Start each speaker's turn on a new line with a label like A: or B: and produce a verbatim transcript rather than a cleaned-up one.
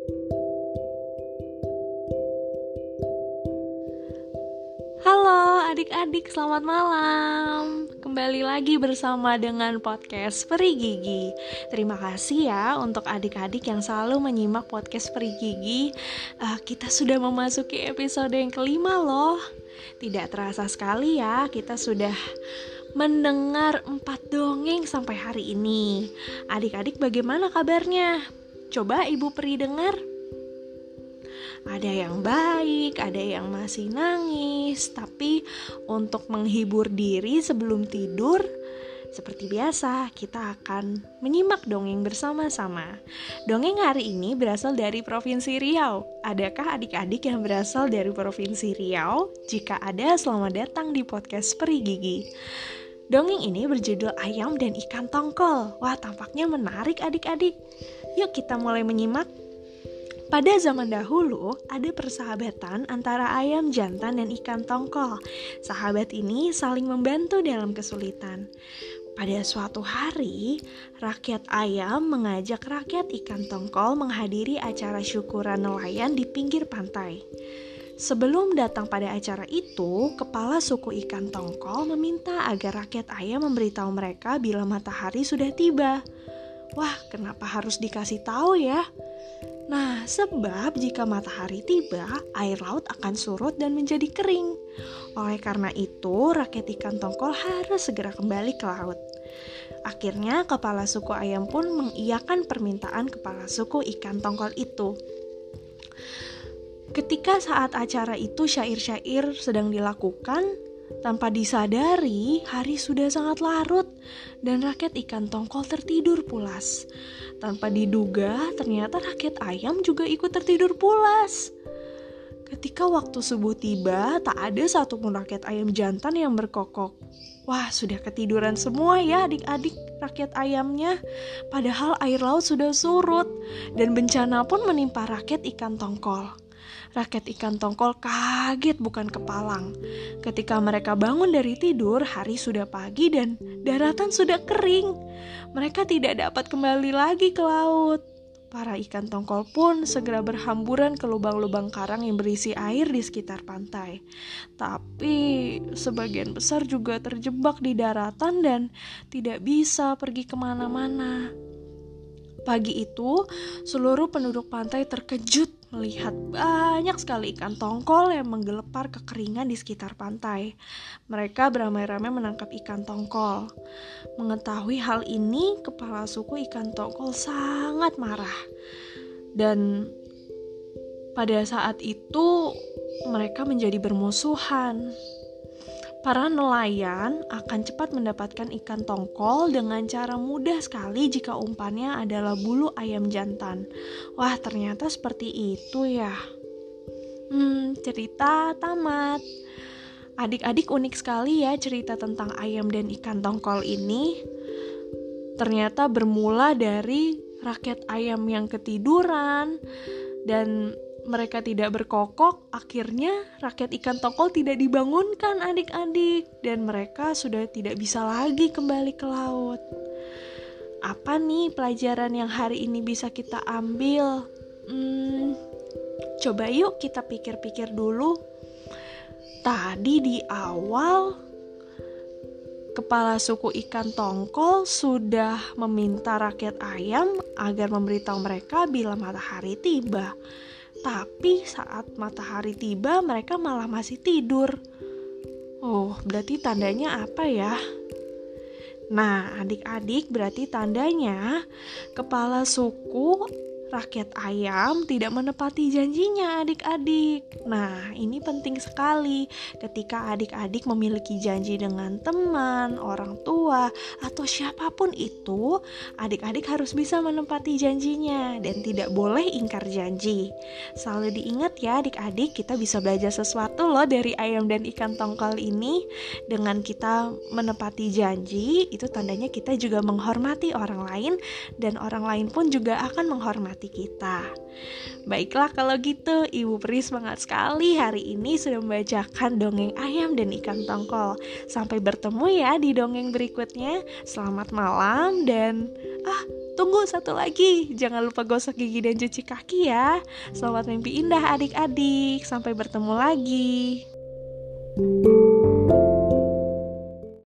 A: Halo adik-adik, selamat malam. Kembali lagi bersama dengan podcast Peri Gigi. Terima kasih ya untuk adik-adik yang selalu menyimak podcast Peri Gigi. uh, Kita sudah memasuki episode yang kelima loh. Tidak terasa sekali ya, kita sudah mendengar empat dongeng sampai hari ini. Adik-adik bagaimana kabarnya? Coba Ibu Peri dengar. Ada yang baik, ada yang masih nangis. Tapi untuk menghibur diri sebelum tidur, seperti biasa kita akan menyimak dongeng bersama-sama. Dongeng hari ini berasal dari Provinsi Riau. Adakah adik-adik yang berasal dari Provinsi Riau? Jika ada, selamat datang di podcast Peri Gigi. Dongeng ini berjudul Ayam dan Ikan Tongkol. Wah, tampaknya menarik adik-adik. Yuk kita mulai menyimak. Pada zaman dahulu, ada persahabatan antara ayam jantan dan ikan tongkol. Sahabat ini saling membantu dalam kesulitan. Pada suatu hari, rakyat ayam mengajak rakyat ikan tongkol menghadiri acara syukuran nelayan di pinggir pantai. Sebelum datang pada acara itu, kepala suku ikan tongkol meminta agar rakyat ayam memberitahu mereka bila matahari sudah tiba. Wah, kenapa harus dikasih tahu ya? Nah, sebab jika matahari tiba, air laut akan surut dan menjadi kering. Oleh karena itu, rakyat ikan tongkol harus segera kembali ke laut. Akhirnya, kepala suku ayam pun mengiyakan permintaan kepala suku ikan tongkol itu. Ketika saat acara itu syair-syair sedang dilakukan, tanpa disadari, hari sudah sangat larut dan rakyat ikan tongkol tertidur pulas. Tanpa diduga, ternyata rakyat ayam juga ikut tertidur pulas. Ketika waktu subuh tiba, tak ada satupun rakyat ayam jantan yang berkokok. Wah, sudah ketiduran semua ya adik-adik rakyat ayamnya. Padahal air laut sudah surut dan bencana pun menimpa rakyat ikan tongkol. Rakyat ikan tongkol kaget bukan kepalang. Ketika mereka bangun dari tidur, hari sudah pagi dan daratan sudah kering. Mereka tidak dapat kembali lagi ke laut. Para ikan tongkol pun segera berhamburan ke lubang-lubang karang yang berisi air di sekitar pantai. Tapi sebagian besar juga terjebak di daratan dan tidak bisa pergi kemana-mana. Pagi itu, seluruh penduduk pantai terkejut melihat banyak sekali ikan tongkol yang menggelepar kekeringan di sekitar pantai. Mereka beramai-ramai menangkap ikan tongkol. Mengetahui hal ini, kepala suku ikan tongkol sangat marah. Dan pada saat itu, mereka menjadi bermusuhan. Para nelayan akan cepat mendapatkan ikan tongkol dengan cara mudah sekali jika umpannya adalah bulu ayam jantan. Wah, ternyata seperti itu ya. Hmm, cerita tamat. Adik-adik unik sekali ya cerita tentang ayam dan ikan tongkol ini. Ternyata bermula dari rakyat ayam yang ketiduran dan mereka tidak berkokok, akhirnya rakyat ikan tongkol tidak dibangunkan adik-adik dan mereka sudah tidak bisa lagi kembali ke laut. Apa nih pelajaran yang hari ini bisa kita ambil? Hmm, coba yuk kita pikir-pikir dulu. Tadi di awal, kepala suku ikan tongkol sudah meminta rakyat ayam agar memberitahu mereka bila matahari tiba. Tapi saat matahari tiba, mereka malah masih tidur. Oh, berarti tandanya apa ya? Nah, adik-adik, berarti tandanya kepala suku rakyat ayam tidak menepati janjinya adik-adik. Nah, ini penting sekali ketika adik-adik memiliki janji dengan teman, orang tua, atau siapapun itu, adik-adik harus bisa menepati janjinya dan tidak boleh ingkar janji. Selalu diingat ya adik-adik, kita bisa belajar sesuatu loh dari ayam dan ikan tongkol ini. Dengan kita menepati janji, itu tandanya kita juga menghormati orang lain dan orang lain pun juga akan menghormati kita. Baiklah kalau gitu, Ibu Peri semangat sekali hari ini sudah membacakan dongeng ayam dan ikan tongkol. Sampai bertemu ya di dongeng berikutnya. Selamat malam dan ah tunggu satu lagi. Jangan lupa gosok gigi dan cuci kaki ya. Selamat mimpi indah adik-adik. Sampai bertemu lagi.